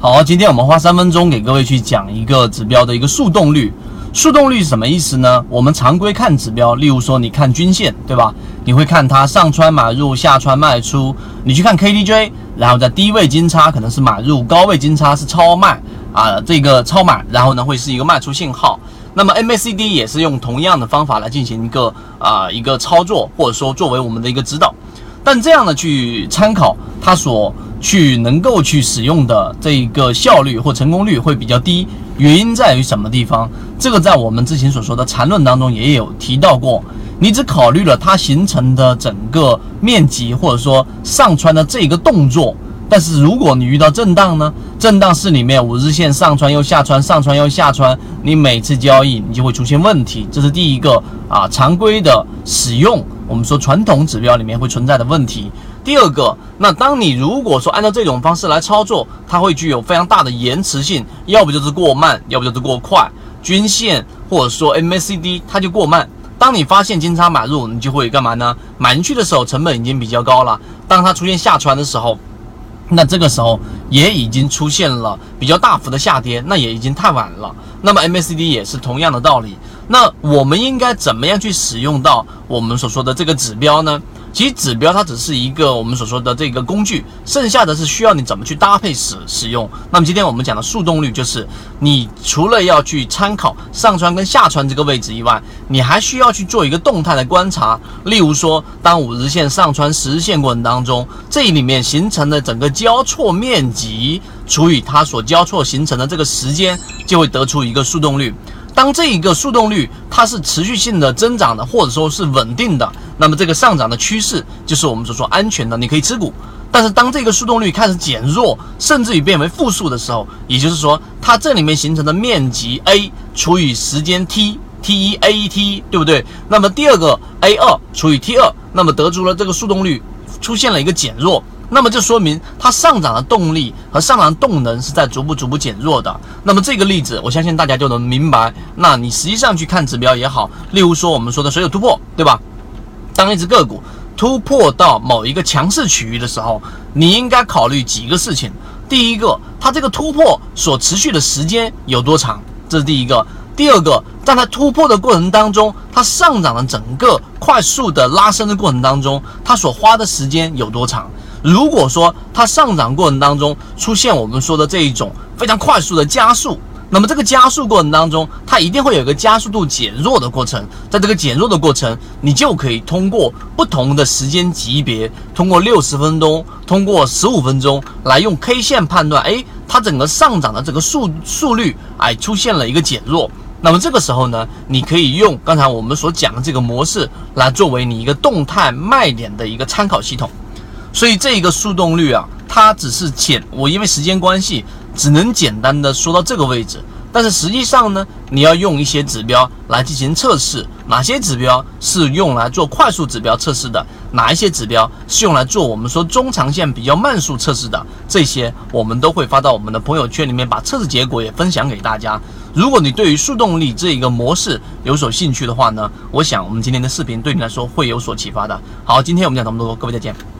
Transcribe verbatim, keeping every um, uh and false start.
好，今天我们花三分钟给各位去讲一个指标的一个速动率。速动率是什么意思呢？我们常规看指标，例如说你看均线，对吧？你会看它上穿买入，下穿卖出。你去看 K D J， 然后在低位金叉可能是买入，高位金叉是超卖啊，这个超买，然后呢会是一个卖出信号。那么 M A C D 也是用同样的方法来进行一个啊一个操作，或者说作为我们的一个指导。但这样的去参考，它所去能够去使用的这个效率或成功率会比较低，原因在于什么地方？这个在我们之前所说的缠论当中也有提到过。你只考虑了它形成的整个面积，或者说上穿的这个动作，但是如果你遇到震荡呢？震荡市里面五日线上穿又下穿，上穿又下穿，你每次交易你就会出现问题，这是第一个啊，常规的使用我们说传统指标里面会存在的问题。第二个，那当你如果说按照这种方式来操作，它会具有非常大的延迟性，要不就是过慢，要不就是过快。均线或者说 M A C D 它就过慢。当你发现金叉买入，你就会干嘛呢？买进去的时候成本已经比较高了，当它出现下穿的时候，那这个时候也已经出现了比较大幅的下跌，那也已经太晚了。那么 M A C D 也是同样的道理。那我们应该怎么样去使用到我们所说的这个指标呢？其实指标它只是一个我们所说的这个工具，剩下的是需要你怎么去搭配使使用。那么今天我们讲的速动率，就是你除了要去参考上穿跟下穿这个位置以外，你还需要去做一个动态的观察。例如说，当五日线上穿十日线过程当中，这里面形成的整个交错面积除以它所交错形成的这个时间，就会得出一个速动率。当这一个速动率它是持续性的增长的，或者说是稳定的，那么这个上涨的趋势就是我们所说安全的，你可以持股。但是当这个速动率开始减弱，甚至于变为负数的时候，也就是说它这里面形成的面积 A 除以时间 T T 一 A 一 T， 对不对？那么第二个 A 二 除以 T 二， 那么得出了这个速动率出现了一个减弱。那么这说明它上涨的动力和上涨动能是在逐步逐步减弱的。那么这个例子我相信大家就能明白。那你实际上去看指标也好，例如说我们说的水有突破，对吧？当一只个股突破到某一个强势区域的时候，你应该考虑几个事情。第一个，它这个突破所持续的时间有多长，这是第一个。第二个，在它突破的过程当中，它上涨的整个快速的拉升的过程当中，它所花的时间有多长。如果说它上涨过程当中出现我们说的这一种非常快速的加速，那么这个加速过程当中，它一定会有一个加速度减弱的过程。在这个减弱的过程，你就可以通过不同的时间级别，通过六十分钟，通过十五分钟来用 K 线判断，哎，它整个上涨的这个速速率，哎，出现了一个减弱。那么这个时候呢，你可以用刚才我们所讲的这个模式来作为你一个动态卖点的一个参考系统。所以这个速动率啊，它只是简，我因为时间关系，只能简单的说到这个位置。但是实际上呢，你要用一些指标来进行测试，哪些指标是用来做快速指标测试的，哪一些指标是用来做我们说中长线比较慢速测试的，这些我们都会发到我们的朋友圈里面，把测试结果也分享给大家。如果你对于速动力这一个模式有所兴趣的话呢，我想我们今天的视频对你来说会有所启发的。好，今天我们讲这么多，各位再见。